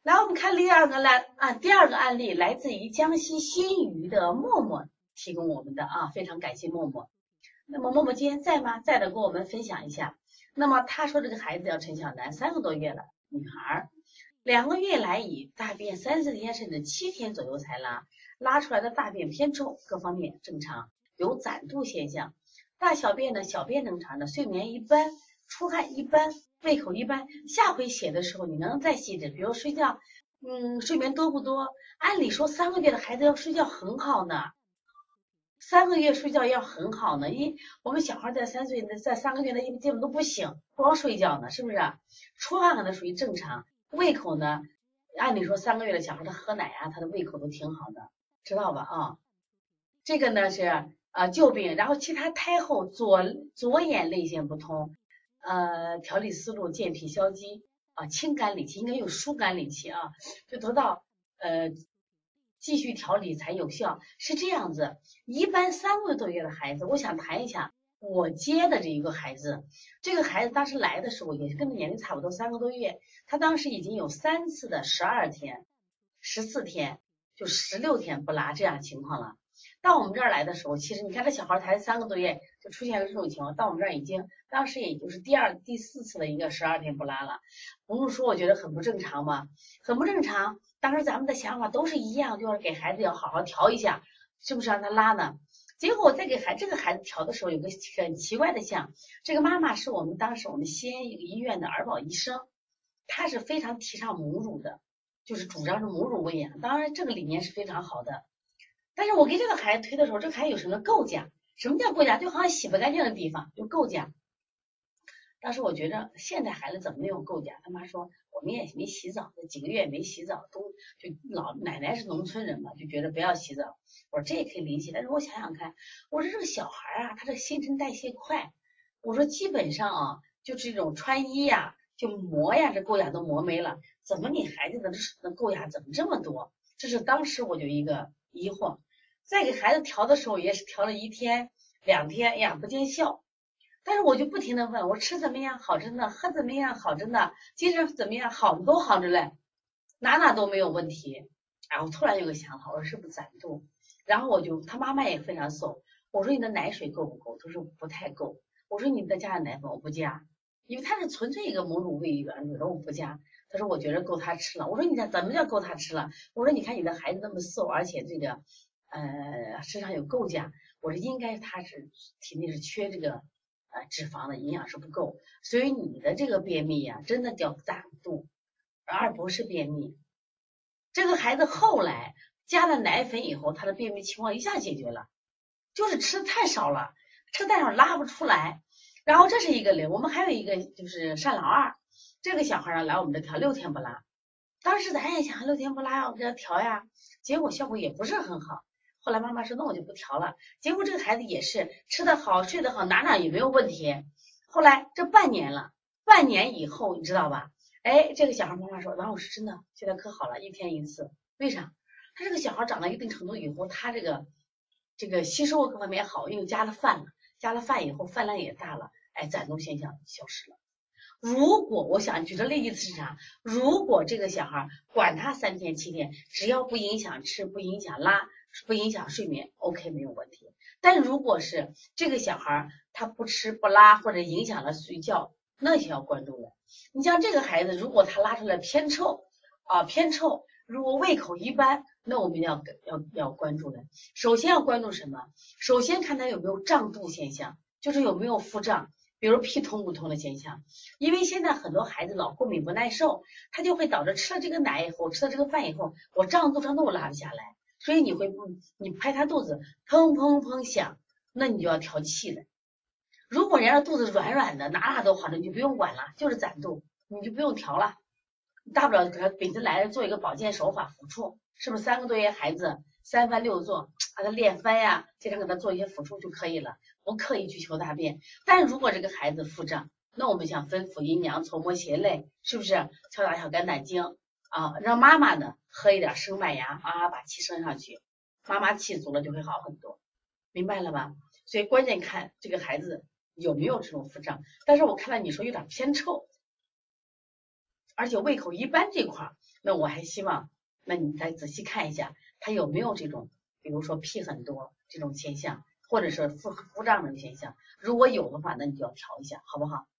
来，我们看第二个案例来自于江西新余的默默提供我们的非常感谢默默。那么默默今天在吗？在的，跟我们分享一下。那么他说这个孩子叫陈小楠，3个多月了，女孩，2个月来以大便3、4天甚至7天左右才拉出来的大便偏臭，各方面正常，有攒肚现象。大小便呢，小便正常的，睡眠一般，出汗一般，胃口一般。下回写的时候你能再细致，比如睡觉，睡眠多不多？按理说3个月的孩子要睡觉很好呢，3个月睡觉要很好呢，因为我们小孩在3岁在3个月的基本都不醒，光睡觉呢，是不是？出汗可能属于正常，胃口呢，按理说3个月的小孩他喝奶他的胃口都挺好的，知道吧？这个呢是旧病，然后其他胎后左眼泪腺不通，调理思路健脾消积清肝理气，应该用疏肝理气就得到继续调理才有效，是这样子。一般3个多月的孩子，我想谈一下我接的这一个孩子，这个孩子当时来的时候也是跟他年龄差不多，3个多月，他当时已经有3次的12天、14天，就16天不拉这样情况了。到我们这儿来的时候，其实你看这小孩才3个多月就出现了这种情况，到我们这儿当时也就是第2、第4次的一个12天不拉了。不用说，我觉得很不正常嘛，很不正常。当时咱们的想法都是一样，就是给孩子要好好调一下，是不是让他拉呢？结果我在给这个孩子调的时候，有个很奇怪的项，这个妈妈是当时我们西安一个医院的儿保医生，她是非常提倡母乳的，就是主张是母乳喂养，当然这个理念是非常好的。但是我给这个孩子推的时候，这个孩子有什么构架？什么叫构架？就好像洗不干净的地方就构架。当时我觉得现在孩子怎么没有构架？他妈说我们也没洗澡，几个月没洗澡，就老奶奶是农村人嘛，就觉得不要洗澡。我说这也可以理解，但是我想想看，我说这个小孩他这新陈代谢快，我说基本上就这种穿衣就磨这构架都磨没了，怎么你孩子的构架怎么这么多？这是当时我就一个疑惑。再给孩子调的时候也是调了1天2天，不见效。但是我就不停的问我吃怎么样好着呢，喝怎么样好着呢，精神怎么样好的都好着嘞，哪都没有问题。我突然有个想法，我说是不是攒肚？然后他妈妈也非常瘦，我说你的奶水够不够？他说不太够。我说你再加上奶粉，我不加，因为他是纯粹一个母乳喂养，我说我不加。他说我觉得够他吃了。我说你怎么叫够他吃了？我说你看你的孩子那么瘦，而且这个身上有构架，我说应该他是体内是缺这个脂肪的，营养是不够，所以你的这个便秘真的叫攒肚，而不是便秘。这个孩子后来加了奶粉以后，他的便秘情况一下解决了，就是吃太少了，吃太少拉不出来。然后这是一个例，我们还有一个就是单老二，这个小孩来我们这调6天不拉，当时咱也想6天不拉要给他调结果效果也不是很好。后来妈妈说那我就不调了，结果这个孩子也是吃得好睡得好，哪也没有问题。后来这半年了，半年以后你知道吧，这个小孩妈妈说王老师真的现在可好了，1天1次。为啥？他这个小孩长到一定程度以后，他这个吸收各方面好，因为加了饭以后饭量也大了，攒肚现象消失了。如果我想举的例子是啥？如果这个小孩管他3天7天，只要不影响吃，不影响拉，不影响睡眠 ，OK 没有问题。但如果是这个小孩他不吃不拉或者影响了睡觉，那就要关注了。你像这个孩子，如果他拉出来偏臭，如果胃口一般，那我们要关注了。首先要关注什么？首先看他有没有胀肚现象，就是有没有腹胀。比如屁通不通的现象，因为现在很多孩子老过敏不耐受，他就会导致吃了这个奶以后，吃了这个饭以后，我胀肚上都拉不下来，所以你拍他肚子砰砰砰响，那你就要调气了。如果人家肚子软软的，哪都好着，你就不用管了，就是攒肚，你就不用调了，大不了给他每次来做一个保健手法辅助，是不是3个多月孩子3翻6坐，让他练翻经常给他做一些辅助就可以了，不刻意去求大便。但如果这个孩子腹胀，那我们想吩咐阴阳搓摩胁肋，是不是敲打小肝胆经让妈妈呢喝一点生麦芽把气升上去，妈妈气足了就会好很多，明白了吧？所以关键看这个孩子有没有这种腹胀。但是我看到你说有点偏臭，而且胃口一般这块， 那我还希望，那你再仔细看一下，他有没有这种，比如说屁很多这种现象，或者是腹胀的现象。如果有的话，那你就要调一下，好不好？